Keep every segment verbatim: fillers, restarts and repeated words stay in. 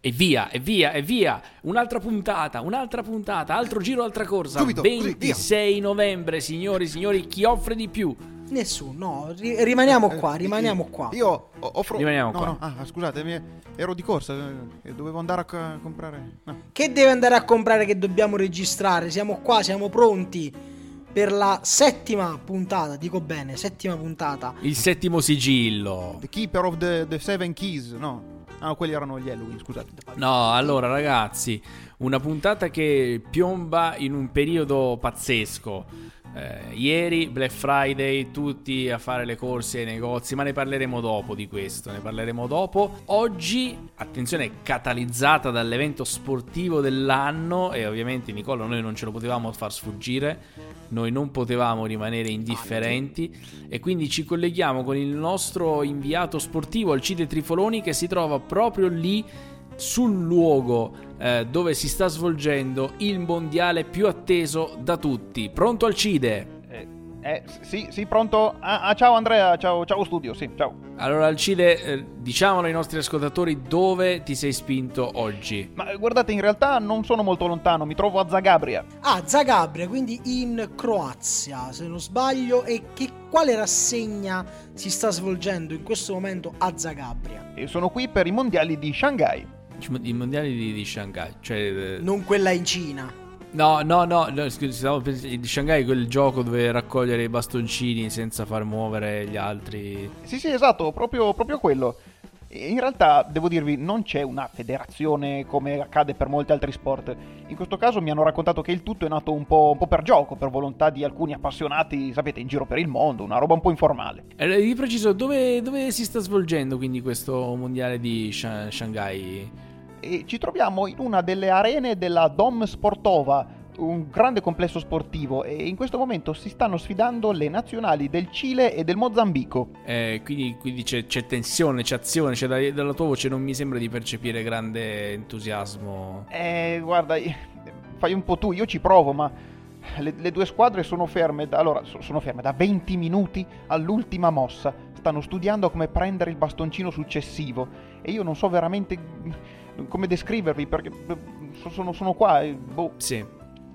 E via, e via, e via. Un'altra puntata, un'altra puntata, altro giro, altra corsa. Subito, ventisei così, novembre, signori, signori, chi offre di più? Nessuno, no, ri- rimaniamo qua, rimaniamo qua. Io offro... Rimaniamo no, qua. No, ah, scusate, mi- ero di corsa, eh, dovevo andare a co- comprare... No. Che deve andare a comprare, che dobbiamo registrare? Siamo qua, siamo pronti per la settima puntata, dico bene, settima puntata. Il settimo sigillo. The Keeper of the, the Seven Keys, no. Ah, no, quelli erano gli Halloween, scusate. No, allora ragazzi, una puntata che piomba in un periodo pazzesco. Eh, ieri Black Friday, tutti a fare le corse ai negozi, ma ne parleremo dopo di questo, ne parleremo dopo. Oggi, attenzione, catalizzata dall'evento sportivo dell'anno, e ovviamente Nicola noi non ce lo potevamo far sfuggire, noi non potevamo rimanere indifferenti, e quindi ci colleghiamo con il nostro inviato sportivo Alcide Trifoloni, che si trova proprio lì sul luogo eh, dove si sta svolgendo il mondiale più atteso da tutti. Pronto Alcide? Eh, eh, sì, sì, pronto? Ah, ah, ciao Andrea, ciao, ciao studio, sì, ciao. Allora Alcide, eh, diciamolo ai nostri ascoltatori dove ti sei spinto oggi. Ma eh, guardate, in realtà non sono molto lontano, mi trovo a Zagabria. Ah, Zagabria, quindi in Croazia, se non sbaglio. E che quale rassegna si sta svolgendo in questo momento a Zagabria? E sono qui per i mondiali di Shanghai. I mondiali di, di Shanghai, cioè eh, Non quella in Cina. no, no, no, no scusi, stavo pensando di Shanghai, quel gioco dove raccogliere i bastoncini senza far muovere gli altri. Sì, sì, esatto, proprio, proprio quello. In realtà, devo dirvi, non c'è una federazione come accade per molti altri sport. In questo caso mi hanno raccontato che il tutto è nato un po', un po' per gioco, per volontà di alcuni appassionati, sapete, in giro per il mondo, una roba un po' informale. Eh, di preciso, dove, dove si sta svolgendo quindi questo mondiale di Sha- Shanghai? E ci troviamo in una delle arene della Dom Sportova, un grande complesso sportivo, e in questo momento si stanno sfidando le nazionali del Cile e del Mozambico. Eh, quindi quindi c'è, c'è tensione, c'è azione, c'è da- dalla tua voce non mi sembra di percepire grande entusiasmo. Eh, guarda, fai un po' tu, io ci provo, ma le, le due squadre sono ferme, da, allora, so- sono ferme da venti minuti all'ultima mossa. Stanno studiando come prendere il bastoncino successivo e io non so veramente come descrivervi, perché sono, sono qua e boh. Sì.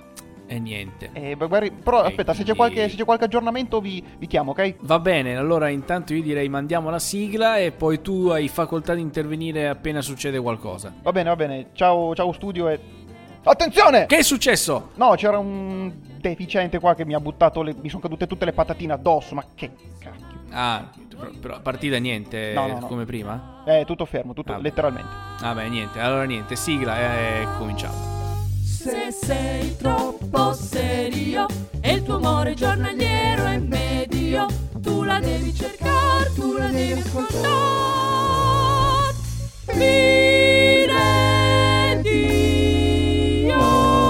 E niente. Eh, guardi, però E aspetta, se c'è, quindi- qualche, se c'è qualche aggiornamento vi, vi chiamo, ok? Va bene, allora intanto io direi mandiamo la sigla e poi tu hai facoltà di intervenire appena succede qualcosa. Va bene, va bene. Ciao, ciao studio e... Attenzione! Che è successo? No, c'era un deficiente qua che mi ha buttato le... mi sono cadute tutte le patatine addosso, ma che cacchio. Ah, però, però partita niente, No, no, no. come prima? Eh, tutto fermo, tutto Ah, letteralmente. Vabbè, niente, allora niente, sigla e cominciamo. Se sei troppo serio e il tuo amore giornaliero è medio, tu la devi cercare, tu la devi ascoltare. Mire Dio.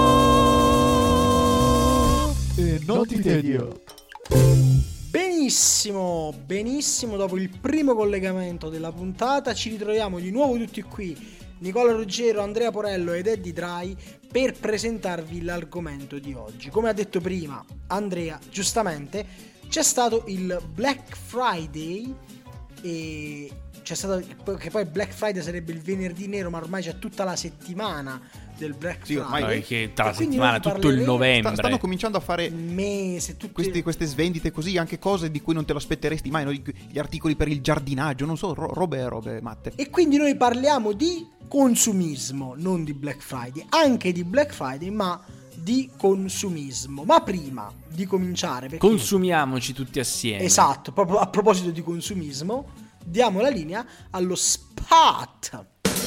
E non ti tedio. Benissimo, benissimo, dopo il primo collegamento della puntata ci ritroviamo di nuovo tutti qui, Nicola Ruggero, Andrea Porello ed Eddie Dry, per presentarvi l'argomento di oggi. Come ha detto prima Andrea, giustamente, c'è stato il Black Friday e c'è stato, che poi Black Friday sarebbe il venerdì nero, ma ormai c'è tutta la settimana del Black Sì, Friday. ormai- No, che tra la E quindi settimana, noi tutto il parleremo- novembre. Sta- stanno cominciando a fare Il mese, tutti... questi- queste svendite così, anche cose di cui non te lo aspetteresti mai, no? Gli articoli per il giardinaggio, non so, ro- robe robe matte. E quindi noi parliamo di consumismo, non di Black Friday, anche di Black Friday, ma di consumismo. Ma prima di cominciare, perché... Consumiamoci tutti assieme. Esatto, proprio a proposito di consumismo, diamo la linea allo spot.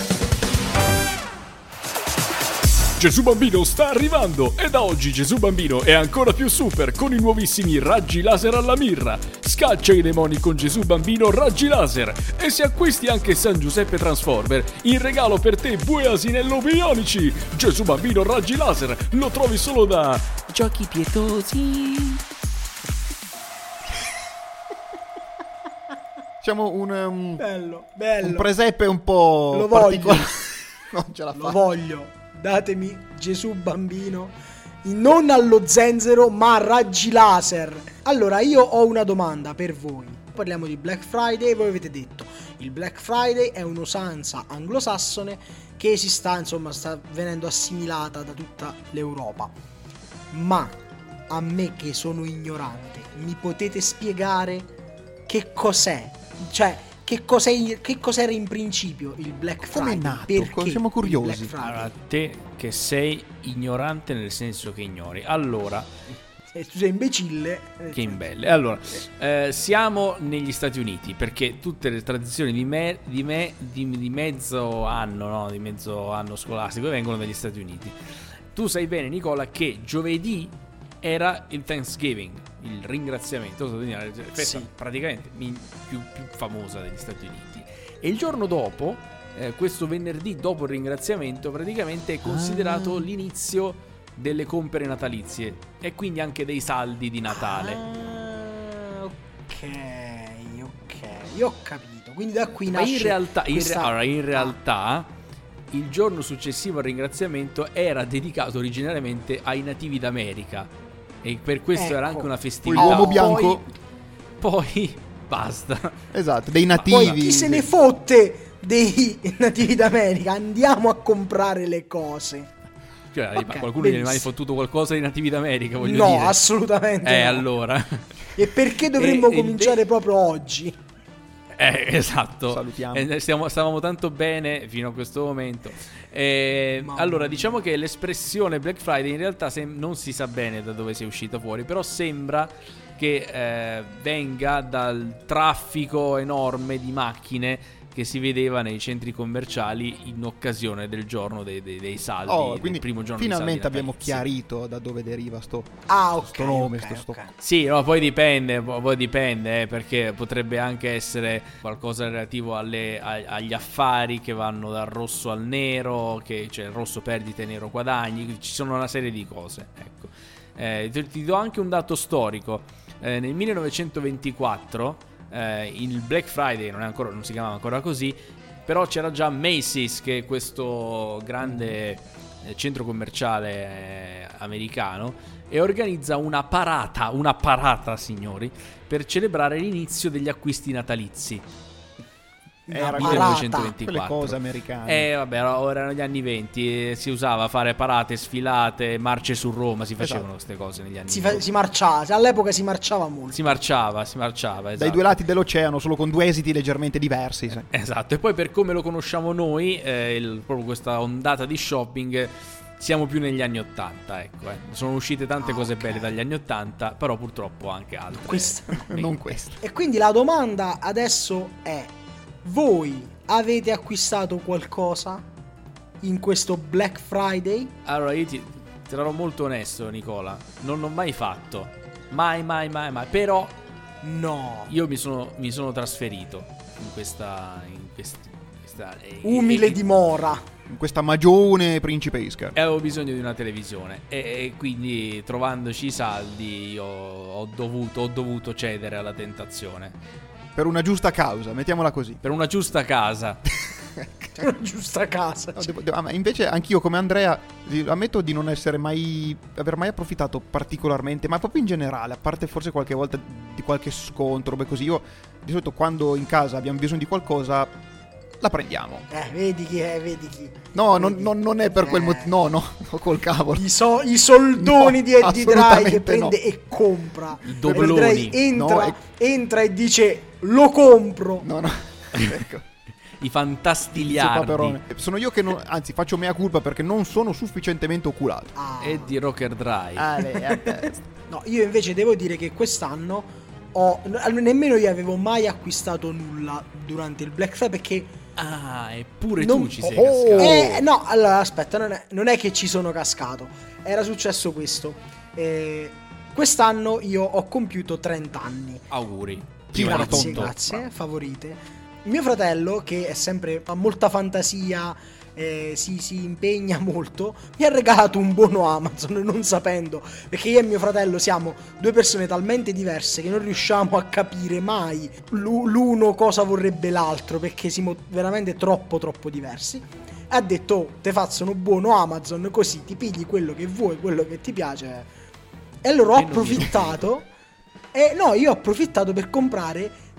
Gesù Bambino sta arrivando e da oggi Gesù Bambino è ancora più super con i nuovissimi raggi laser alla mirra. Scaccia i demoni con Gesù Bambino raggi laser e se acquisti anche San Giuseppe Transformer in regalo per te bue asinello bionici. Gesù Bambino raggi laser lo trovi solo da Giochi Pietosi. Diciamo un, um, Bello, bello. un presepe un po' Lo voglio. particolare. Non ce la Lo fa. voglio. Datemi Gesù Bambino, non allo zenzero ma a raggi laser. Allora io ho una domanda per voi. Parliamo di Black Friday, voi avete detto il Black Friday è un'usanza anglosassone che si sta, insomma, sta venendo assimilata da tutta l'Europa. Ma a me che sono ignorante, mi potete spiegare che cos'è? Cioè, che, cos'è, che cos'era in principio il Black Friday? Come è nato? Perché Siamo curiosi. il Black Friday? Allora, te che sei ignorante nel senso che ignori. Allora, E tu sei imbecille. che imbelle. Allora, eh, siamo negli Stati Uniti perché tutte le tradizioni di, me, di, me, di, di mezzo anno, no? Di mezzo anno scolastico vengono dagli Stati Uniti. Tu sai bene, Nicola, che giovedì era il Thanksgiving, il ringraziamento, la festa Sì. praticamente più, più famosa degli Stati Uniti. E il giorno dopo, eh, questo venerdì dopo il ringraziamento, praticamente è considerato Ah. l'inizio delle compere natalizie e quindi anche dei saldi di Natale. Ah, ok, ok, io ho capito. Quindi da qui Ma nasce in realtà, in, questa- re- allora, in Ah, realtà il giorno successivo al ringraziamento era dedicato originariamente ai nativi d'America e per questo era Ecco. anche una Poi festività. l'uomo Poi- bianco. Poi basta. Esatto, dei poi nativi. chi se ne fotte dei nativi d'America? Andiamo a comprare le cose. Cioè, Ok, ma qualcuno gli ha mai benissimo. fottuto qualcosa dei nativi d'America, voglio No, dire. assolutamente Eh, no. allora. E perché dovremmo E- e cominciare inve- proprio oggi? Eh, esatto. Salutiamo. Eh, stiamo- stavamo tanto bene fino a questo momento. Eh, Mamma allora, mia. diciamo che l'espressione Black Friday in realtà sem- non si sa bene da dove sia uscita fuori, però sembra che eh, venga dal traffico enorme di macchine che si vedeva nei centri commerciali in occasione del giorno dei, dei- dei saldi, Oh, del quindi primo giorno finalmente dei saldi abbiamo natalizi. chiarito da dove deriva sto, Ah, ok. sto nome, ok, sto, sto- ok. Sì, no, poi dipende, po- poi dipende, eh, perché potrebbe anche essere qualcosa relativo alle- a- agli affari che vanno dal rosso al nero, che cioè rosso perdite, nero guadagni, ci sono una serie di cose, ecco. Eh, ti, ti do anche un dato storico. Eh, nel millenovecentoventiquattro eh, il Black Friday non, è ancora, non si chiamava ancora così, però c'era già Macy's, che è questo grande eh, centro commerciale eh, americano, e organizza una parata, una parata, signori, per celebrare l'inizio degli acquisti natalizi. Una Era parata. millenovecentoventiquattro. quelle cose americane. Eh vabbè, ora erano gli anni venti, eh, si usava fare parate, sfilate, marce su Roma, si facevano Esatto. queste cose negli anni Si, fa- venti. si marciava, all'epoca si marciava molto. Si marciava, si marciava, esatto. Dai due lati dell'oceano, solo con due esiti leggermente diversi. sì. Esatto, e poi per come lo conosciamo noi, eh, il- proprio questa ondata di shopping, siamo più negli anni ottanta, ecco. Eh. Sono uscite tante Ah, cose ok. belle dagli anni ottanta, però purtroppo anche altre. Questa- Non questo. E quindi la domanda adesso è: voi avete acquistato qualcosa in questo Black Friday? Allora io ti sarò molto onesto, Nicola, non l'ho mai fatto. Mai, mai, mai, mai. Però No. io mi sono, mi sono trasferito in questa... In questi- questa e- Umile e- dimora. In questa magione principesca. E avevo bisogno di una televisione e, e quindi trovandoci i saldi io ho dovuto, ho dovuto cedere alla tentazione Per una giusta causa, mettiamola così. per una giusta casa. Giusta casa. No, devo- devo- ah, ma invece anch'io come Andrea di- ammetto di non essere mai aver mai approfittato particolarmente, ma proprio in generale, a parte forse qualche volta di qualche scontro, robe così. Io di solito quando in casa abbiamo bisogno di qualcosa la prendiamo. Eh, vedi chi è, vedi chi. No, non, Vedi. non- non è per quel Eh. motivo. No, no, col cavolo. I, so- i soldoni No, di Eddie Dry assolutamente che prende no. e compra. I dobloni. Eddie Dry entra, No, e- entra e dice: lo compro. No, no. Ecco. I Tizio fantastiliardi. Paperone. Sono io che non, anzi faccio mea culpa perché non sono sufficientemente oculato. Ah. E di Rocker Dry. Ale, a testa. No, io invece devo dire che quest'anno ho n- nemmeno io avevo mai acquistato nulla durante il Black Friday perché Ah, eppure non- tu ci sei Oh. cascato. Eh, no, allora aspetta, non è, non è che ci sono cascato. Era successo questo. Eh, quest'anno io ho compiuto trenta anni. Auguri. Prima di Grazie, tutto. grazie, favorite. Mio fratello, che è sempre ha molta fantasia, eh, si, si impegna molto, mi ha regalato un buono Amazon non sapendo, perché io e mio fratello siamo due persone talmente diverse che non riusciamo a capire mai l'u- l'uno cosa vorrebbe l'altro, perché siamo veramente troppo troppo diversi. Ha detto: oh, te faccio un buono Amazon così ti pigli quello che vuoi, quello che ti piace. E allora ho E non mi approfittato. E no, io ho approfittato per comprare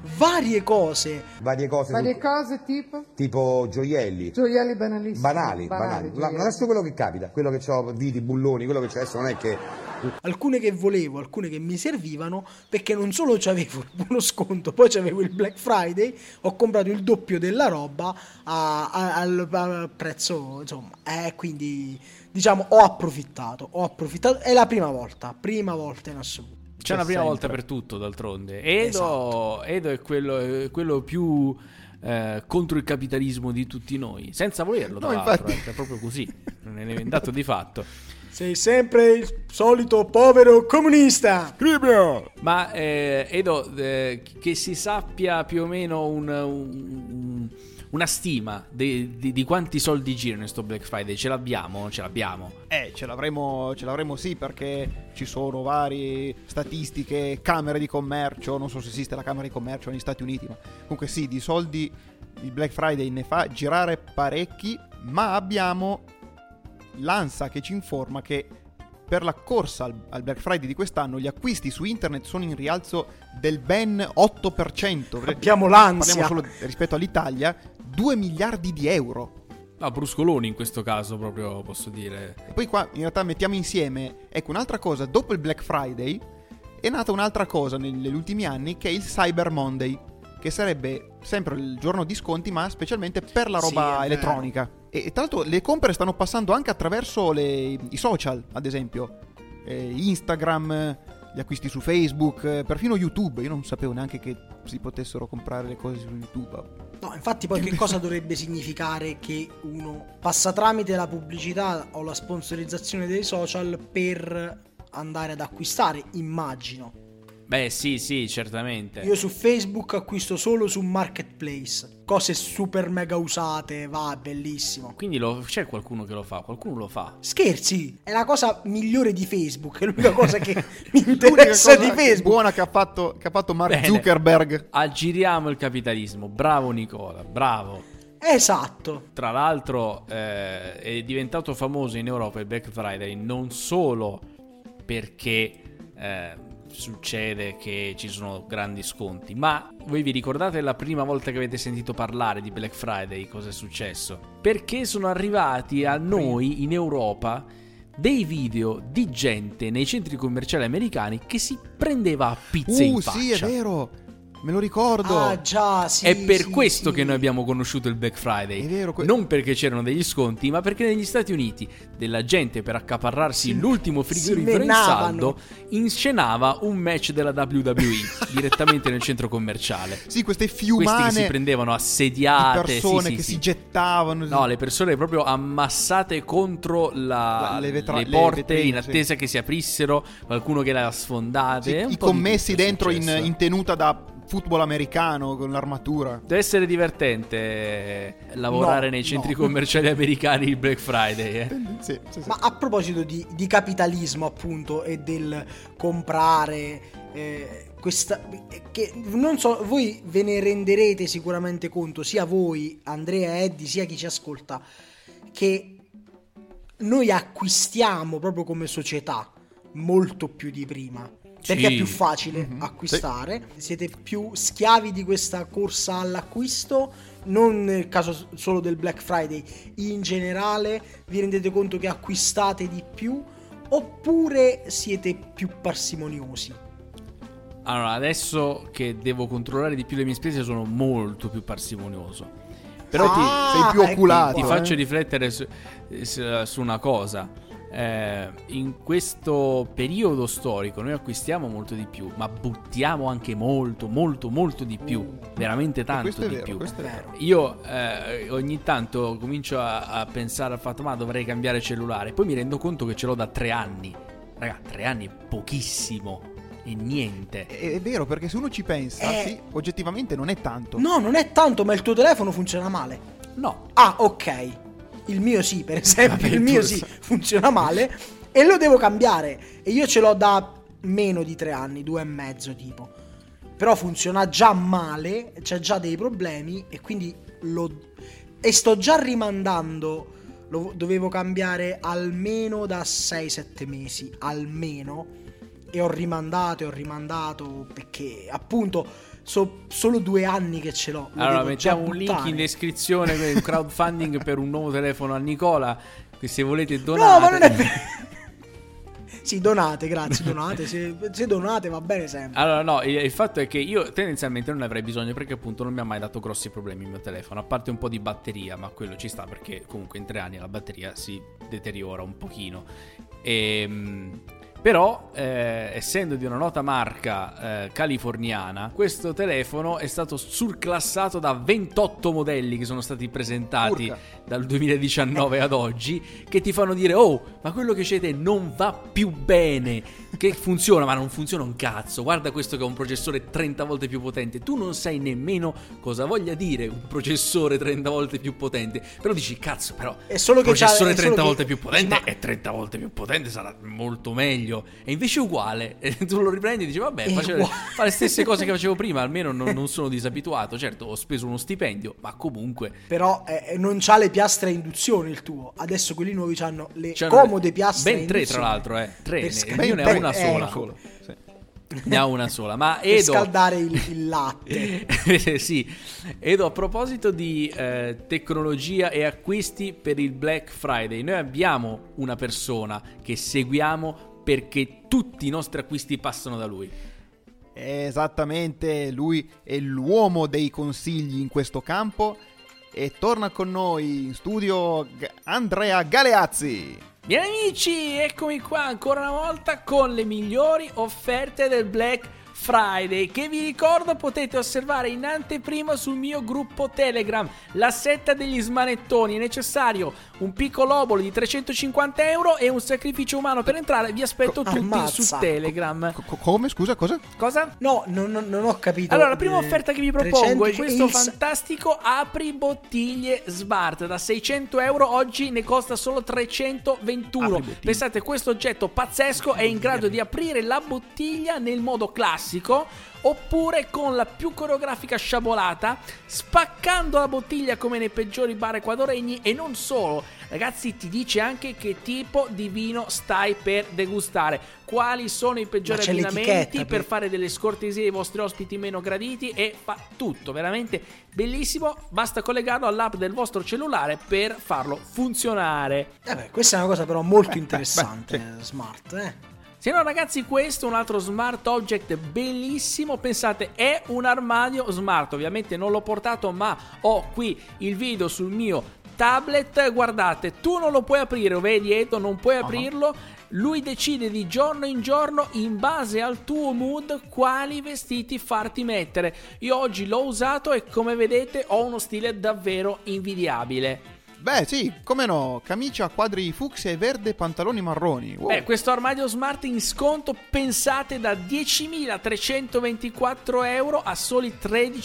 varie cose. Varie cose. Varie tu- cose tipo? Tipo gioielli. Gioielli banalissimi. Banali, banali. Ma gioielli. adesso quello che capita, quello che ho, viti, bulloni, quello che c'è adesso non è che... Alcune che volevo, alcune che mi servivano, perché non solo c'avevo uno sconto, poi c'avevo il Black Friday, ho comprato il doppio della roba a, a, al, al prezzo, insomma, eh, quindi diciamo ho approfittato, ho approfittato, è la prima volta, prima volta in assoluto. C'è una prima sempre. volta per tutto, d'altronde. Edo, Esatto. Edo è quello, è quello più eh, contro il capitalismo di tutti noi, senza volerlo, tra No, l'altro, infatti. eh, è proprio così, non è un dato di fatto. Sei sempre il solito povero comunista. Ma eh, Edo, eh, che si sappia più o meno un, un- una stima di, di- di quanti soldi girano in sto Black Friday, ce l'abbiamo? Ce l'abbiamo? Eh, ce l'avremo, ce l'avremo sì, perché ci sono varie statistiche, camere di commercio, non so se esiste la camera di commercio negli Stati Uniti, ma comunque sì, di soldi il Black Friday ne fa girare parecchi, ma abbiamo l'ANSA che ci informa che per la corsa al, al Black Friday di quest'anno gli acquisti su internet sono in rialzo del ben otto per cento. Abbiamo l'ansia. Parliamo solo rispetto all'Italia, due miliardi di euro. Ah, bruscoloni in questo caso, proprio posso dire. E poi qua in realtà mettiamo insieme, ecco un'altra cosa, dopo il Black Friday è nata un'altra cosa negli ultimi anni che è il Cyber Monday, che sarebbe sempre il giorno di sconti ma specialmente per la Sì, roba è vero. elettronica. E, e tra l'altro le compere stanno passando anche attraverso le, i social, ad esempio eh, Instagram, gli acquisti su Facebook, eh, perfino YouTube. Io non sapevo neanche che si potessero comprare le cose su YouTube. No, infatti poi che cosa dovrebbe significare che uno passa tramite la pubblicità o la sponsorizzazione dei social per andare ad acquistare, immagino. Beh, sì, sì, certamente. Io su Facebook acquisto solo su Marketplace, cose super mega usate, va, bellissimo. Quindi lo- c'è qualcuno che lo fa, qualcuno lo fa. Scherzi, è la cosa migliore di Facebook, è l'unica cosa che mi L'unica interessa cosa di Facebook. buona che ha fatto, che ha fatto Mark Bene. Zuckerberg. Aggiriamo il capitalismo, bravo Nicola, bravo. Esatto. Tra l'altro eh, è diventato famoso in Europa il Black Friday non solo perché eh, succede che ci sono grandi sconti, ma voi vi ricordate la prima volta che avete sentito parlare di Black Friday? Cosa è successo? Perché sono arrivati a noi in Europa dei video di gente nei centri commerciali americani che si prendeva a pizze in Uh, faccia. sì, è vero. Me lo ricordo. Ah già, sì. È per sì, questo sì. che noi abbiamo conosciuto il Black Friday. È vero, que- Non perché c'erano degli sconti, ma perché negli Stati Uniti della gente per accaparrarsi Si- l'ultimo si frigorifero in menavano. saldo inscenava un match della W W E direttamente nel centro commerciale. Sì, queste Questi fiumane che si prendevano di assediate, persone sì, sì, che sì. si gettavano. No, le persone proprio ammassate contro la- La- le vetra- le le porte vetrine, in attesa che si aprissero, qualcuno che le ha sfondate. Sì, È un i po' di commessi tutto è dentro in, successo. in tenuta da football americano con l'armatura. Deve essere divertente eh, lavorare No, nei centri no. commerciali americani il Black Friday. Eh. Sì, sì, sì. Ma a proposito di, di capitalismo, appunto, e del comprare, eh, questa. Che non so, voi ve ne renderete sicuramente conto, sia voi, Andrea e Eddie, sia chi ci ascolta, che noi acquistiamo proprio come società molto più di prima. Perché Sì. è più facile acquistare, siete più schiavi di questa corsa all'acquisto, non nel caso solo del Black Friday, in generale vi rendete conto che acquistate di più oppure siete più parsimoniosi? Allora, adesso che devo controllare di più le mie spese, sono molto più parsimonioso. Però ti, Ah, sei più ecco oculato. ti eh. faccio riflettere su, su- su una cosa. Eh, in questo periodo storico noi acquistiamo molto di più, ma buttiamo anche molto, molto, molto di più. Veramente E tanto questo è di vero, più. questo è vero. Io eh, ogni tanto comincio a, a pensare al fatto, ma dovrei cambiare cellulare. Poi mi rendo conto che ce l'ho da tre anni. Raga, tre anni è pochissimo. E niente. È, è vero, perché se uno ci pensa, Eh. sì, oggettivamente non è tanto. No, non è tanto, ma il tuo telefono funziona male. No. Ah, ok. Il mio sì, per esempio, Vabbè, il mio tu sì sai. funziona male e lo devo cambiare. E io ce l'ho da meno di tre anni, due e mezzo tipo. Però funziona già male, c'ha già dei problemi e quindi lo... E sto già rimandando, lo dovevo cambiare almeno da sei sette mesi, almeno. E ho rimandato e ho rimandato perché appunto so solo due anni che ce l'ho. Lo allora devo mettiamo già un link buttare. in descrizione per un crowdfunding per un nuovo telefono a Nicola, che se volete No, donare. ma non è vero. Sì, donate, grazie, donate. Se, se donate va bene sempre. Allora no, il, il fatto è che io tendenzialmente non ne avrei bisogno, perché appunto non mi ha mai dato grossi problemi il mio telefono, a parte un po' di batteria, ma quello ci sta perché comunque in tre anni la batteria si deteriora un pochino. E, però eh, essendo di una nota marca eh, californiana, questo telefono è stato surclassato da ventotto modelli che sono stati presentati Urca. dal duemiladiciannove ad oggi, che ti fanno dire: oh, ma quello che c'è te non va più bene, che funziona, ma non funziona un cazzo, guarda questo che ha un processore trenta volte più potente. Tu non sai nemmeno cosa voglia dire un processore trenta volte più potente, però dici cazzo, però È solo che processore c'ha- è solo trenta che- volte più potente ma- e trenta volte più potente sarà molto meglio, e invece è uguale. E tu lo riprendi e dici vabbè, È faccio uguale. fa le stesse cose che facevo prima, almeno non, non sono disabituato. Certo, ho speso uno stipendio, ma comunque Però eh, non c'ha le piastre a induzione il tuo. Adesso quelli nuovi hanno le c'hanno comode piastre ben a tre, induzione. tra l'altro, eh. Tre, Per ne- sca- io ne ho per- una eh, sola. ecco, Sì. Ne ha una sola. Ma per Edo, scaldare il, il latte. sì, Edo, a proposito di eh, tecnologia e acquisti per il Black Friday, noi abbiamo una persona che seguiamo perché tutti i nostri acquisti passano da lui. Esattamente, lui è l'uomo dei consigli in questo campo e torna con noi in studio G- Andrea Galeazzi. Miei amici, eccomi qua ancora una volta con le migliori offerte del Black Friday, che vi ricordo potete osservare in anteprima sul mio gruppo Telegram. La setta degli smanettoni, è necessario un piccolo obolo di trecentocinquanta euro e un sacrificio umano per entrare. Vi aspetto Co- tutti ammazza. su Telegram. Co- come? Scusa, cosa? Cosa? No, non, non- non ho capito. Allora, la prima Eh, offerta che vi propongo è trecento questo il sa- fantastico apri bottiglie smart. Da seicento euro oggi ne costa solo trecentoventuno. Apribottiglie. Pensate, questo oggetto pazzesco è in grado di aprire la bottiglia nel modo classico, oppure con la più coreografica sciabolata, spaccando la bottiglia come nei peggiori bar equadoregni. E non solo, ragazzi, ti dice anche che tipo di vino stai per degustare, quali sono i peggiori Ma c'è abbinamenti l'etichetta, per per- fare delle scortesie ai vostri ospiti meno graditi, e fa tutto veramente bellissimo. Basta collegarlo all'app del vostro cellulare per farlo funzionare. Eh beh, questa è una cosa però molto interessante, smart, eh. Se no, ragazzi, questo è un altro smart object bellissimo. Pensate, è un armadio smart. Ovviamente non l'ho portato, ma ho qui il video sul mio tablet. Guardate, tu non lo puoi aprire, vedi Edo, non puoi aprirlo. Lui decide di giorno in giorno, in base al tuo mood, quali vestiti farti mettere. Io oggi l'ho usato e, come vedete, ho uno stile davvero invidiabile. Beh, sì, come no, camicia a quadri fucsia e verde, pantaloni marroni. Wow. Beh, questo armadio smart in sconto, pensate, da diecimilatrecentoventiquattro euro a soli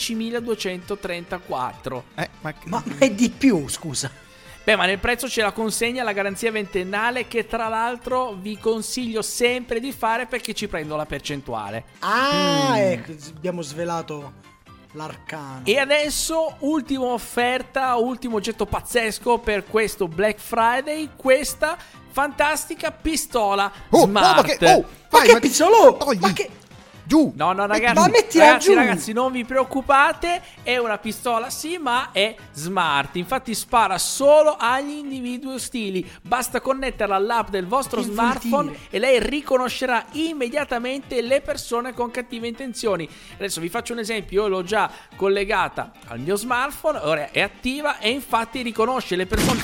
tredicimiladuecentotrentaquattro. Eh, ma, Ma, ma è di più, scusa. Beh, ma nel prezzo c'è la consegna, la garanzia ventennale, che tra l'altro vi consiglio sempre di fare perché ci prendo la percentuale. Ah, ecco, abbiamo svelato l'arcano. E adesso, ultima offerta, ultimo oggetto pazzesco per questo Black Friday, questa fantastica pistola Oh, smart. no, ma che... Oh, Ma vai, che ma- pizzolo? Togli. Ma che... Giù. No, no, ragazzi, Ma mettila ragazzi, giù. ragazzi, non vi preoccupate, è una pistola sì, ma è smart. Infatti spara solo agli individui ostili. Basta connetterla all'app del vostro Che vuol smartphone dire? e lei riconoscerà immediatamente le persone con cattive intenzioni. Adesso vi faccio un esempio, io l'ho già collegata al mio smartphone, ora è attiva e infatti riconosce le persone.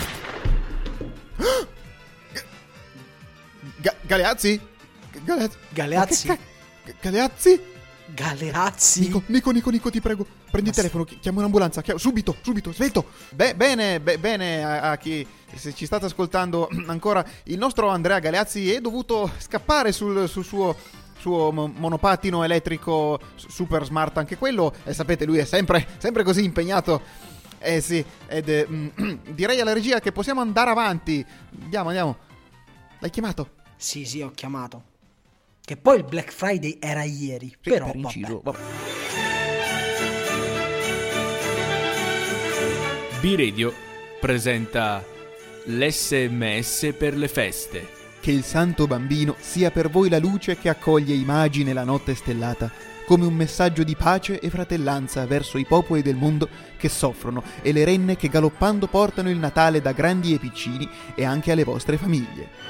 Ga- Galeazzi? Galeazzi? Galeazzi? Ma che ca- Galeazzi? Galeazzi? Nico, Nico, Nico, Nico, ti prego, prendi il telefono, chi- chiama un'ambulanza, chiama- subito, subito, svelto. Be- bene, be- bene a-, a chi, se ci state ascoltando ancora, il nostro Andrea Galeazzi è dovuto scappare sul, sul suo... suo mo- monopattino elettrico s- super smart, anche quello, e sapete, lui è sempre, sempre così impegnato. Eh sì, ed eh, mm, direi alla regia che possiamo andare avanti. Andiamo, andiamo. L'hai chiamato? Sì, sì, ho chiamato. Che poi il Black Friday era ieri. Sì, però, per vabbè. inciso, vabbè. B-Radio presenta l'esse emme esse per le feste. Che il santo bambino sia per voi la luce che accoglie i magi nella notte stellata, come un messaggio di pace e fratellanza verso i popoli del mondo che soffrono e le renne che galoppando portano il Natale da grandi e piccini e anche alle vostre famiglie.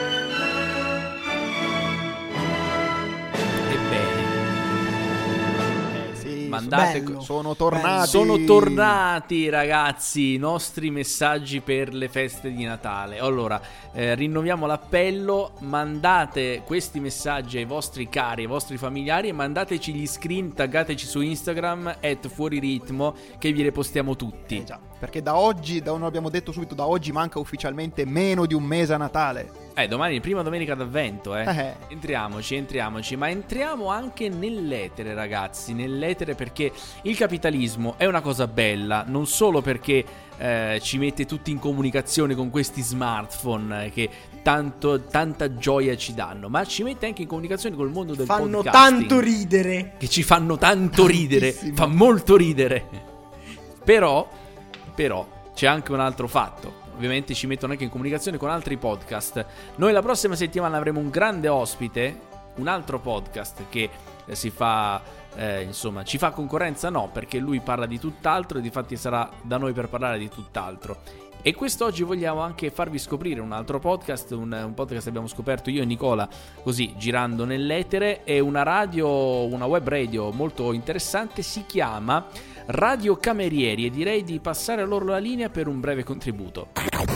Mandate, bello, sono tornati. Sono tornati, ragazzi, i nostri messaggi per le feste di Natale. Allora, eh, rinnoviamo l'appello: mandate questi messaggi ai vostri cari, ai vostri familiari, e mandateci gli screen, taggateci su Instagram at fuoriritmo, che vi repostiamo tutti. Eh già, perché da oggi, da non abbiamo detto subito, da oggi manca ufficialmente meno di un mese a Natale. Eh, domani è prima domenica d'avvento, eh. Eh. Entriamoci, entriamoci, ma entriamo anche nell'etere, ragazzi, nell'etere, perché il capitalismo è una cosa bella, non solo perché eh, ci mette tutti in comunicazione con questi smartphone eh, che tanto, tanta gioia ci danno, ma ci mette anche in comunicazione col mondo del fanno podcasting. tanto ridere. Che ci fanno tanto ridere, Tantissimo. fa molto ridere. Però, però, c'è anche un altro fatto. Ovviamente ci mettono anche in comunicazione con altri podcast. Noi la prossima settimana avremo un grande ospite, un altro podcast che eh, si fa, eh, insomma, ci fa concorrenza, no, perché lui parla di tutt'altro e difatti sarà da noi per parlare di tutt'altro. E quest'oggi vogliamo anche farvi scoprire un altro podcast, un, un podcast che abbiamo scoperto io e Nicola, così girando nell'etere, è una radio, una web radio molto interessante, si chiama Radio Camerieri, e direi di passare a loro la linea per un breve contributo.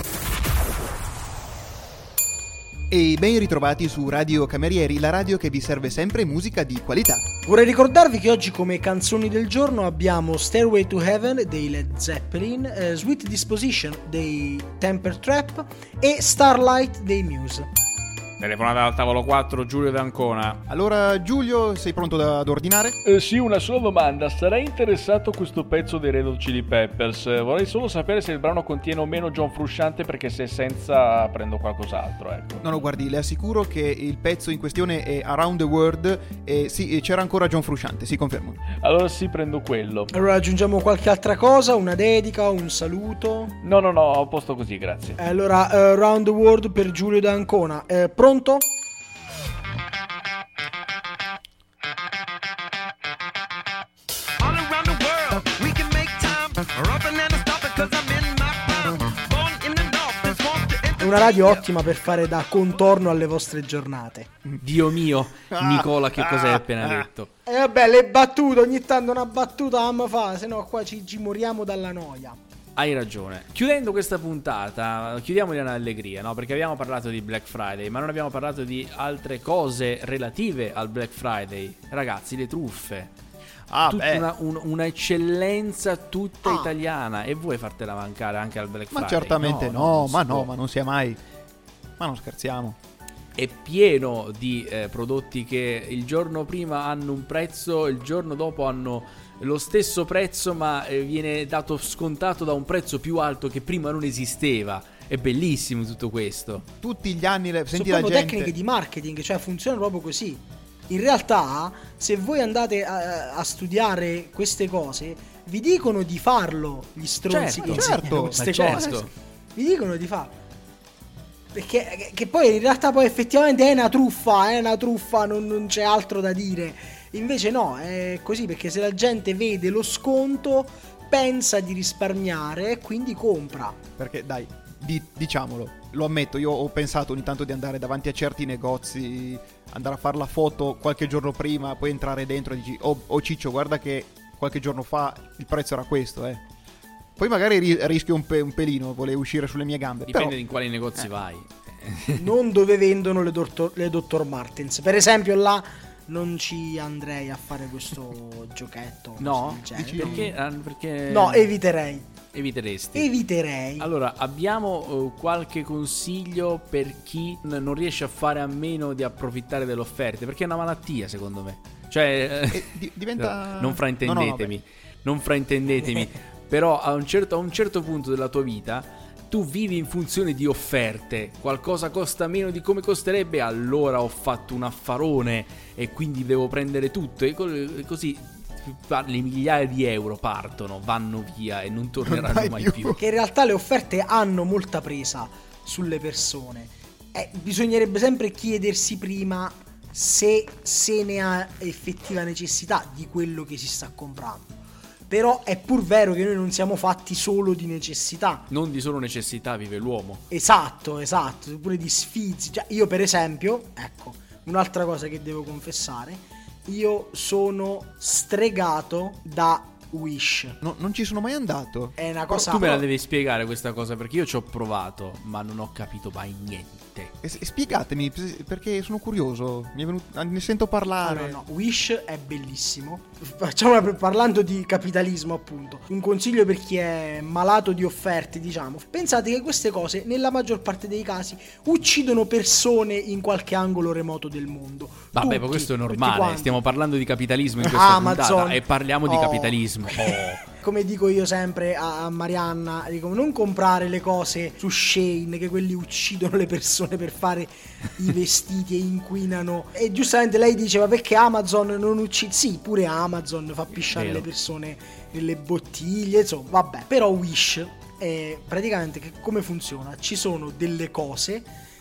E ben ritrovati su Radio Camerieri, la radio che vi serve sempre musica di qualità. Vorrei ricordarvi che oggi come canzoni del giorno abbiamo Stairway to Heaven dei Led Zeppelin, eh, Sweet Disposition dei Temper Trap e Starlight dei Muse. Telefonata al tavolo quattro, Giulio d'Ancona. Allora Giulio, sei pronto da- ad ordinare? Eh, sì, una sola domanda. Sarei interessato a questo pezzo dei Red Hot Chili Peppers. Eh, Vorrei solo sapere se il brano contiene o meno John Frusciante, perché se senza prendo qualcos'altro, ecco. No, no, guardi, le assicuro che il pezzo in questione è Around the World e sì, c'era ancora John Frusciante, sì, confermo. Allora sì, prendo quello. Allora aggiungiamo qualche altra cosa, una dedica, un saluto. No, no, no, a posto così, grazie. Eh, Allora, eh, Round the World per Giulio d'Ancona. Eh, pronto? È una radio ottima per fare da contorno alle vostre giornate. Dio mio, Nicola, che cosa hai appena detto? E vabbè, le battute, ogni tanto una battuta la mi fa, se no qua ci, ci moriamo dalla noia. Hai ragione. Chiudendo questa puntata, chiudiamola in allegria, no? Perché abbiamo parlato di Black Friday, ma non abbiamo parlato di altre cose relative al Black Friday. Ragazzi, le truffe. Ah, Tutta beh. una, un, una eccellenza tutta Ah. italiana. E vuoi fartela mancare anche al Black Ma Friday? certamente no, non ma si no, può. ma non sia mai. Ma non scherziamo. È pieno di eh, prodotti che il giorno prima hanno un prezzo, il giorno dopo hanno lo stesso prezzo, ma eh, viene dato scontato da un prezzo più alto che prima non esisteva. È bellissimo tutto questo. Tutti gli anni le, Sono senti la proprio gente. tecniche di marketing, cioè funzionano proprio così. In realtà, se voi andate a, a studiare queste cose, vi dicono di farlo gli stronzi Certo, che insegnano certo, queste ma certo. cose. Vi dicono di farlo. Perché che poi in realtà poi effettivamente è una truffa, è una truffa, non, non c'è altro da dire. Invece no, è così, perché se la gente vede lo sconto pensa di risparmiare e quindi compra. Perché dai, di- diciamolo, lo ammetto, io ho pensato ogni tanto di andare davanti a certi negozi, andare a fare la foto qualche giorno prima, poi entrare dentro e dici oh, oh Ciccio, guarda che qualche giorno fa il prezzo era questo, eh. Poi magari ri- rischio un, pe- un pelino, volevo uscire sulle mie gambe. Dipende però, in quali negozi vai. Non dove vendono le, dottor, le Doctor Martens. Per esempio là non ci andrei a fare questo giochetto. No? così del Dici genere. Perché? Ah, perché No, eviterei. eviteresti. Eviterei. Allora, abbiamo eh, qualche consiglio per chi n- non riesce a fare a meno di approfittare delle offerte? Perché è una malattia, secondo me. Cioè, eh, eh, di- diventa... non fraintendetemi, No, no, non fraintendetemi. Però a un, certo, a un certo punto della tua vita tu vivi in funzione di offerte. Qualcosa costa meno di come costerebbe, allora ho fatto un affarone e quindi devo prendere tutto. E co- così le migliaia di euro partono, vanno via e non torneranno vai mai più. più. Che in realtà le offerte hanno molta presa sulle persone. Eh, bisognerebbe sempre chiedersi prima se se ne ha effettiva necessità di quello che si sta comprando. Però è pur vero che noi non siamo fatti solo di necessità. Non di solo necessità vive l'uomo. Esatto, esatto, pure di sfizi. Cioè, io per esempio, ecco, un'altra cosa che devo confessare, io sono stregato da Wish. No, non ci sono mai andato. È una cosa... Tu me la devi spiegare questa cosa, perché io ci ho provato, ma non ho capito mai niente. E, e spiegatemi, perché sono curioso. Mi è venuto, ne sento parlare. Allora, no, Wish è bellissimo. Facciamo parlando di capitalismo, appunto. Un consiglio per chi è malato di offerte, diciamo. Pensate che queste cose, nella maggior parte dei casi, uccidono persone in qualche angolo remoto del mondo. Vabbè, Tutti, ma questo è normale. Stiamo parlando di capitalismo in questa Amazon. puntata e parliamo Oh. di capitalismo. Oh. Come dico io sempre a Marianna, dico, non comprare le cose su Shein, che quelli uccidono le persone per fare i vestiti e inquinano. E giustamente lei dice, ma perché Amazon non uccide? Sì, pure Amazon fa pisciare Vero. le persone nelle bottiglie, insomma, vabbè. Però Wish è praticamente che come funziona? Ci sono delle cose,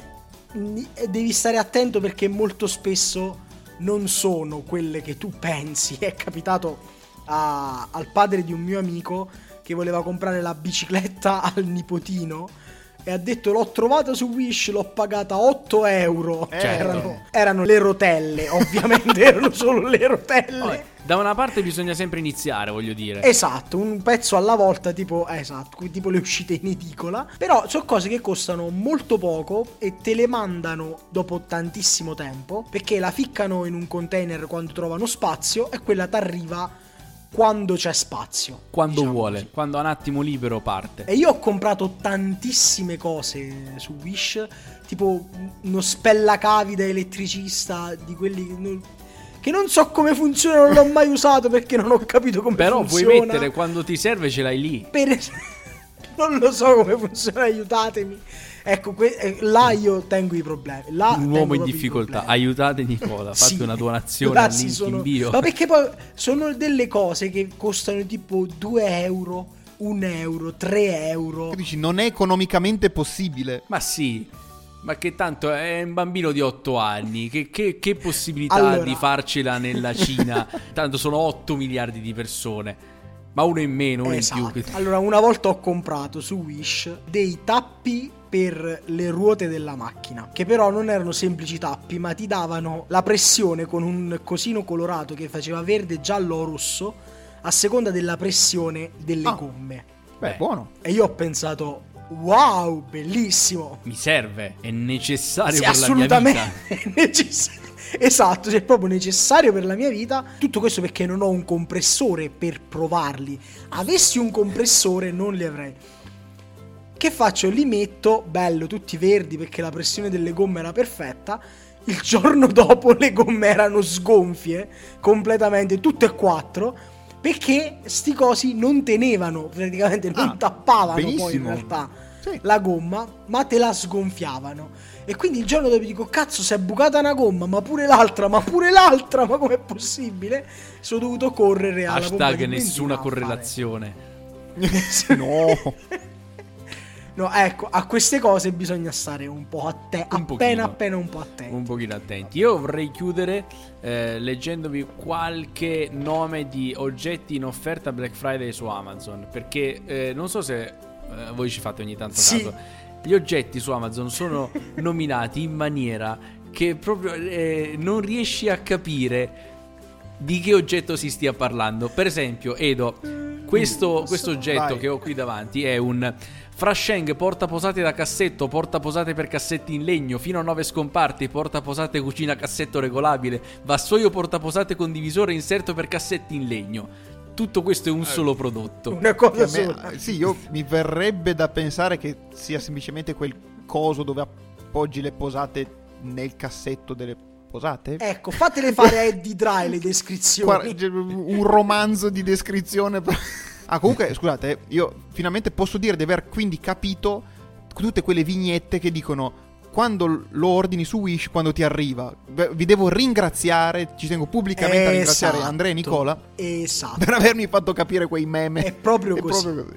devi stare attento perché molto spesso non sono quelle che tu pensi. È capitato A, al padre di un mio amico che voleva comprare la bicicletta al nipotino e ha detto l'ho trovata su Wish, l'ho pagata otto euro. Certo. erano, erano le rotelle, ovviamente erano solo le rotelle. Vabbè, da una parte bisogna sempre iniziare, voglio dire. Esatto, un pezzo alla volta, tipo, esatto, tipo le uscite in edicola. Però sono cose che costano molto poco e te le mandano dopo tantissimo tempo, perché la ficcano in un container quando trovano spazio e quella t'arriva quando c'è spazio, Quando diciamo vuole, così. quando ha un attimo libero parte. E io ho comprato tantissime cose su Wish, tipo uno spellacavi da elettricista, di quelli che non, che non so come funziona, non l'ho mai usato perché non ho capito come Però funziona. puoi mettere quando ti serve, ce l'hai lì. Per es- non lo so come funziona, aiutatemi. Ecco, que- eh, là io tengo i problemi. Là Un tengo uomo in proprio i difficoltà. problemi. Aiutate Nicola, fate Sì, una donazione là al si link sono- in bio. Ma perché poi sono delle cose che costano tipo due euro, un euro, tre euro. Tu dici, non è economicamente possibile. Ma sì, ma che tanto è un bambino di otto anni, che, che, che possibilità Allora. di farcela nella Cina? Tanto sono otto miliardi di persone, ma uno in meno, uno Esatto. in più. Allora, una volta ho comprato su Wish dei tappi per le ruote della macchina, che però non erano semplici tappi, ma ti davano la pressione con un cosino colorato che faceva verde, giallo o rosso a seconda della pressione delle Ah. gomme. Beh, Beh. buono. E io ho pensato, wow, bellissimo. Mi serve, è necessario Sì, per assolutamente la mia vita. è necessario. Esatto, cioè è proprio necessario per la mia vita. Tutto questo perché non ho un compressore per provarli. Avessi un compressore non li avrei. Che faccio? Li metto, bello, tutti verdi perché la pressione delle gomme era perfetta. Il giorno dopo le gomme erano sgonfie completamente, tutte e quattro, perché sti cosi non tenevano, praticamente non Ah, tappavano poi in benissimo. realtà Sì. la gomma, ma te la sgonfiavano. E quindi il giorno dopo dico, cazzo, si è bucata una gomma, ma pure l'altra, ma pure l'altra, ma com'è possibile? Sono dovuto correre alla pompa Hashtag di nessuna benzina a fare. correlazione. No. No, ecco, a queste cose bisogna stare un po' attenti, Un appena pochino. appena un po' attenti. Un pochino attenti. Io vorrei chiudere eh, leggendovi qualche nome di oggetti in offerta Black Friday su Amazon, perché eh, non so se eh, voi ci fate ogni tanto Sì. caso. Gli oggetti su Amazon sono nominati in maniera che proprio eh, non riesci a capire di che oggetto si stia parlando. Per esempio, Edo, questo, questo oggetto Vai. che ho qui davanti è un Frasheng portaposate da cassetto, portaposate per cassetti in legno, fino a nove scomparti, portaposate cucina cassetto regolabile, vassoio portaposate condivisore, inserto per cassetti in legno. Tutto questo è un solo prodotto. Una Che cosa a me- sola. sì, io mi verrebbe da pensare che sia semplicemente quel coso dove appoggi le posate nel cassetto delle posate. Ecco, fatele fare a Eddie Dry le descrizioni. Guarda, un romanzo di descrizione. Ah, comunque, scusate, io finalmente posso dire di aver quindi capito tutte quelle vignette che dicono quando lo ordini su Wish, quando ti arriva. Beh, vi devo ringraziare, ci tengo pubblicamente a ringraziare Esatto. Andrea e Nicola Esatto. per avermi fatto capire quei meme. È proprio È così. proprio così.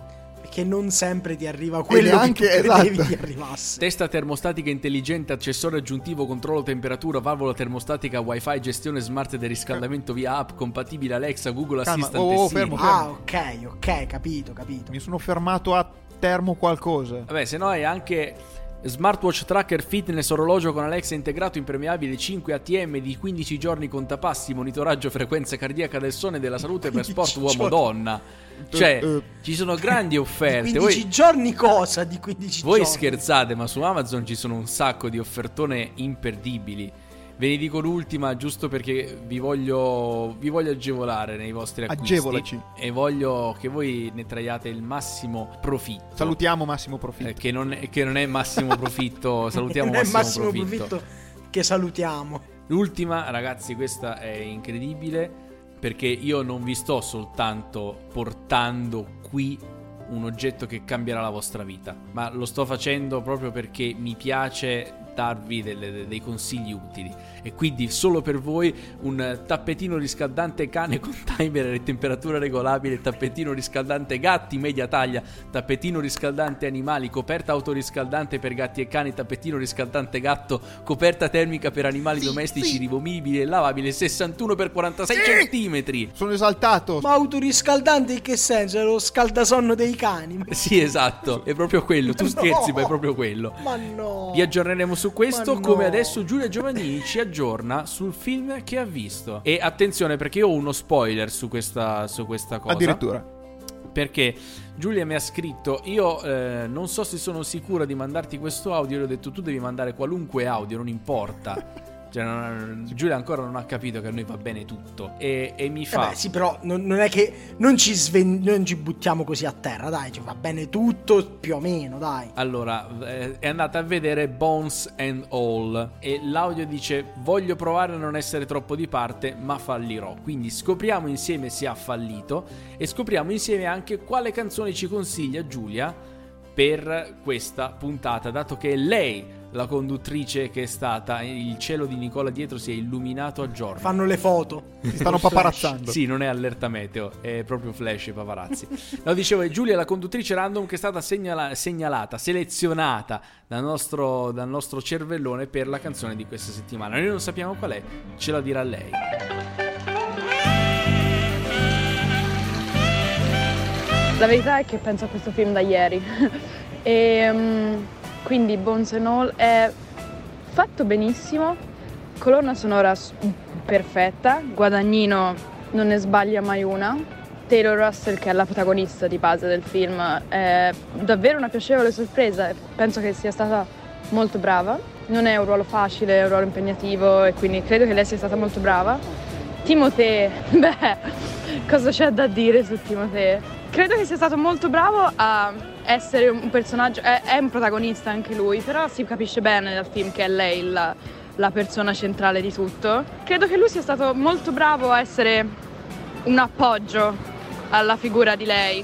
che non sempre ti arriva quello neanche, che tu credevi esatto. ti arrivasse. Testa termostatica intelligente, accessorio aggiuntivo, controllo temperatura, valvola termostatica, wifi, gestione smart del riscaldamento via app, compatibile Alexa, Google Calma, Assistant oh, e oh, Siri. fermo. Ah, ok, ok, capito, capito. Mi sono fermato a termo qualcosa. Vabbè, se no hai anche smartwatch tracker fitness, orologio con Alexa integrato, impermeabile, cinque A T M di quindici giorni contapassi, monitoraggio frequenza cardiaca del sonno e della salute per sport uomo-donna. Cioè, Eh, ci sono grandi offerte. quindici Voi, giorni cosa di quindici voi giorni? scherzate, ma su Amazon ci sono un sacco di offertone imperdibili. Ve ne dico l'ultima giusto perché vi voglio, vi voglio agevolare nei vostri acquisti. Agevolaci. E voglio che voi ne traiate il massimo profitto. Salutiamo Massimo Profitto. Eh, che, non è, che non è massimo profitto. Salutiamo non è Massimo, Massimo profitto. Profitto che salutiamo. L'ultima, ragazzi, questa è incredibile perché io non vi sto soltanto portando qui un oggetto che cambierà la vostra vita, ma lo sto facendo proprio perché mi piace darvi delle, dei consigli utili. E quindi solo per voi un tappetino riscaldante cane con timer e temperatura regolabile, tappetino riscaldante gatti media taglia, tappetino riscaldante animali, coperta autoriscaldante per gatti e cani, tappetino riscaldante gatto, coperta termica per animali Sì, domestici, sì. rimovibile e lavabile, sessantuno per quarantasei Sì. centimetri. Sono esaltato. Ma autoriscaldante in che senso? È lo scaldasonno dei cani? Sì, esatto, è proprio quello. Tu No. scherzi, ma è proprio quello. Ma no. Vi aggiorneremo su questo, Ma no. come adesso Giulia Giovannini ci aggiorna sul film che ha visto. E attenzione, perché io ho uno spoiler su questa, su questa cosa. Addirittura. Perché Giulia mi ha scritto: io eh, non so se sono sicura di mandarti questo audio. Io le ho detto: tu devi mandare qualunque audio, non importa. Cioè, non, Giulia ancora non ha capito che a noi va bene tutto. E, e mi Eh fa: beh, sì, però non, non è che non ci, sven- non ci buttiamo così a terra, dai, ci va bene tutto più o meno, dai. allora, eh, è andata a vedere Bones and All e l'audio dice: voglio provare a non essere troppo di parte, ma fallirò. Quindi scopriamo insieme se ha fallito e scopriamo insieme anche quale canzone ci consiglia Giulia per questa puntata, dato che è lei la conduttrice che è stata. Il cielo di Nicola dietro si è illuminato a giorno. Fanno le foto. Si stanno paparazzando. Sì, non è allerta meteo, è proprio flash e paparazzi. No, dicevo, è Giulia la conduttrice random che è stata segnala- segnalata, selezionata dal nostro, dal nostro cervellone per la canzone di questa settimana. Noi non sappiamo qual è, ce la dirà lei. La verità è che penso a questo film da ieri. e um, quindi Bones and All è fatto benissimo, colonna sonora s- perfetta, Guadagnino non ne sbaglia mai una, Taylor Russell, che è la protagonista di base del film, è davvero una piacevole sorpresa e penso che sia stata molto brava. Non è un ruolo facile, è un ruolo impegnativo e quindi credo che lei sia stata molto brava. Timothée, beh, cosa c'è da dire su Timothée? Credo che sia stato molto bravo a essere un personaggio, è, è un protagonista anche lui, però si capisce bene dal film che è lei la, la persona centrale di tutto. Credo che lui sia stato molto bravo a essere un appoggio alla figura di lei.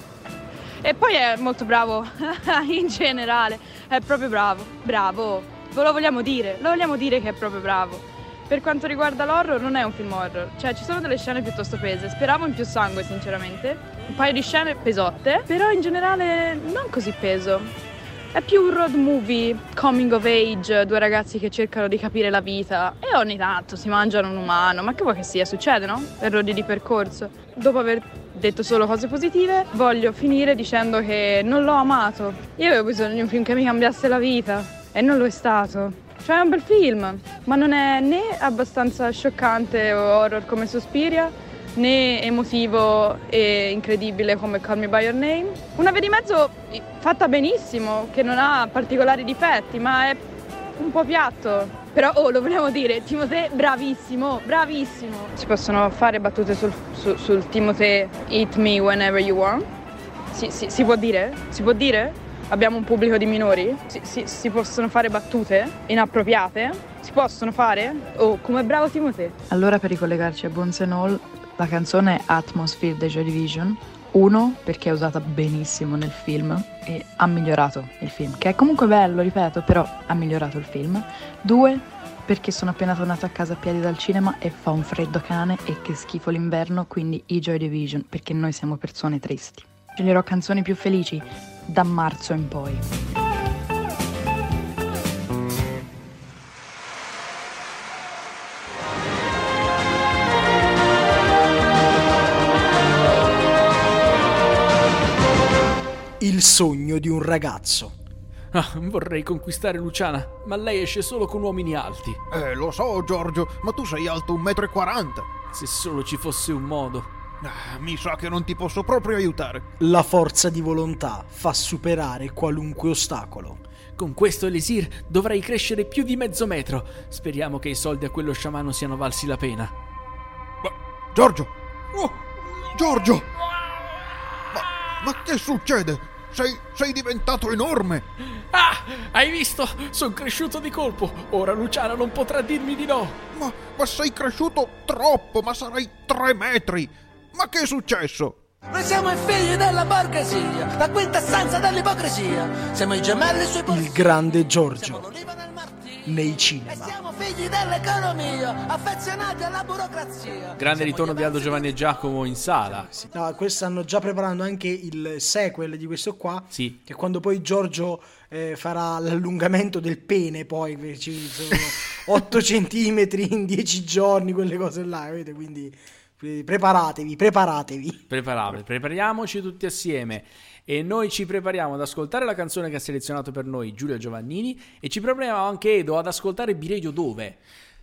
E poi è molto bravo in generale, è proprio bravo, bravo, ve lo vogliamo dire, lo vogliamo dire che è proprio bravo. Per quanto riguarda l'horror, non è un film horror, cioè ci sono delle scene piuttosto pese, speravo in più sangue sinceramente, un paio di scene pesotte, però in generale non così peso. È più un road movie, coming of age, due ragazzi che cercano di capire la vita e ogni tanto si mangiano un umano, ma che vuoi che sia, succede, no? Errori di percorso. Dopo aver detto solo cose positive, voglio finire dicendo che non l'ho amato. Io avevo bisogno di un film che mi cambiasse la vita e non lo è stato. Cioè è un bel film, ma non è né abbastanza scioccante o horror come Suspiria, né emotivo e incredibile come Call Me By Your Name. Una via di mezzo fatta benissimo, che non ha particolari difetti, ma è un po' piatto. Però, oh, lo vogliamo dire, Timothée bravissimo, bravissimo. Si possono fare battute sul, su, sul Timothée Eat Me Whenever You Want? Si, si, si può dire? Si può dire? Abbiamo un pubblico di minori? Si, si, si possono fare battute inappropriate? Si possono fare? Oh, come bravo Timothée. Allora, per ricollegarci a Bones and All, la canzone è Atmosphere dei Joy Division. Uno, perché è usata benissimo nel film e ha migliorato il film, che è comunque bello, ripeto, però ha migliorato il film. Due, perché sono appena tornato a casa a piedi dal cinema e fa un freddo cane e che schifo l'inverno, quindi i Joy Division, perché noi siamo persone tristi. Sceglierò canzoni più felici da marzo in poi. Il sogno di un ragazzo. Ah, vorrei conquistare Luciana, ma lei esce solo con uomini alti. Eh, lo so, Giorgio, ma tu sei alto un metro e quaranta. Se solo ci fosse un modo. Ah, mi sa che non ti posso proprio aiutare. La forza di volontà fa superare qualunque ostacolo. Con questo elisir dovrei crescere più di mezzo metro. Speriamo che i soldi a quello sciamano siano valsi la pena. Ma, Giorgio! Oh, Giorgio! Ma, ma che succede? Sei, sei diventato enorme! Ah! Hai visto? Sono cresciuto di colpo. Ora Luciana non potrà dirmi di no. Ma, ma sei cresciuto troppo, ma sarai tre metri! Ma che è successo? Noi siamo i figli della borghesia, la quintessenza dell'ipocrisia. Siamo i gemelli sui Il grande Giorgio nei cinema. Siamo figli dell'economia, affezionati alla burocrazia. Grande ritorno di Aldo, Giovanni e Giacomo in sala. No, questo stanno già preparando anche il sequel di questo qua. Sì. Che quando poi Giorgio eh, farà l'allungamento del pene, poi ci sono otto centimetri in dieci giorni, quelle cose là, vedete? Quindi preparatevi, preparatevi. Preparatevi, prepariamoci tutti assieme. E noi ci prepariamo ad ascoltare la canzone che ha selezionato per noi Giulio Giovannini. E ci prepariamo anche, Edo, ad ascoltare B-Radio dove?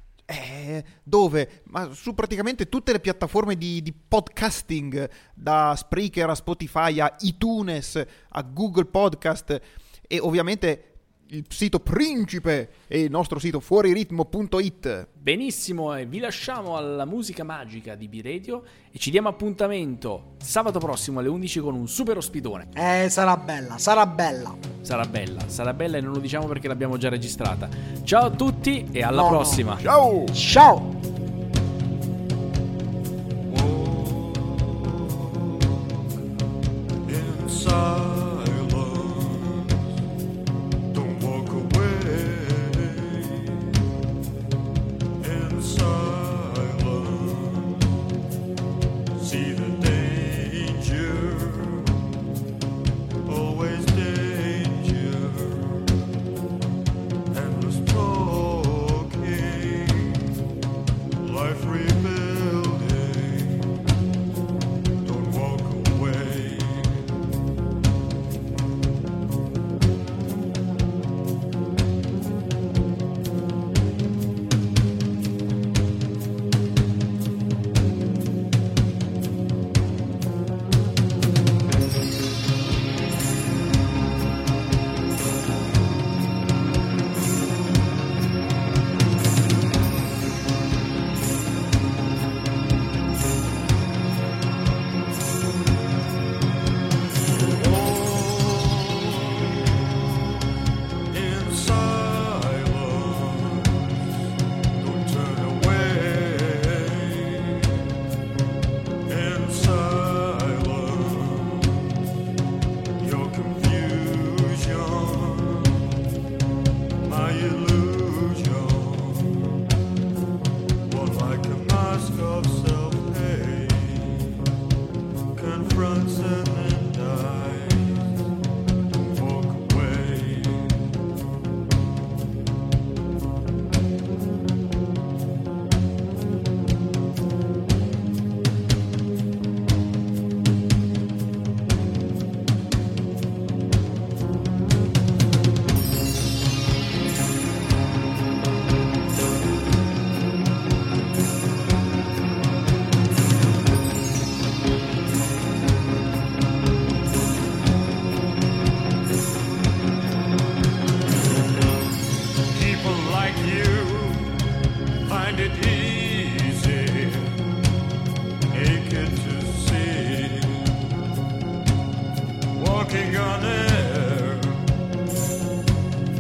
Eh, dove? Ma su praticamente tutte le piattaforme di, di podcasting, da Spreaker a Spotify a iTunes a Google Podcast, e ovviamente il sito principe è il nostro sito fuoriritmo punto it. Benissimo, e vi lasciamo alla musica magica di B-Radio e ci diamo appuntamento sabato prossimo alle undici con un super ospitone. Eh, sarà bella, sarà bella. Sarà bella, sarà bella, e non lo diciamo perché l'abbiamo già registrata. Ciao a tutti e alla no, prossima. No. Ciao! Ciao!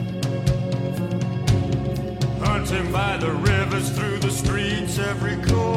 By the rivers, through the streets, every corner.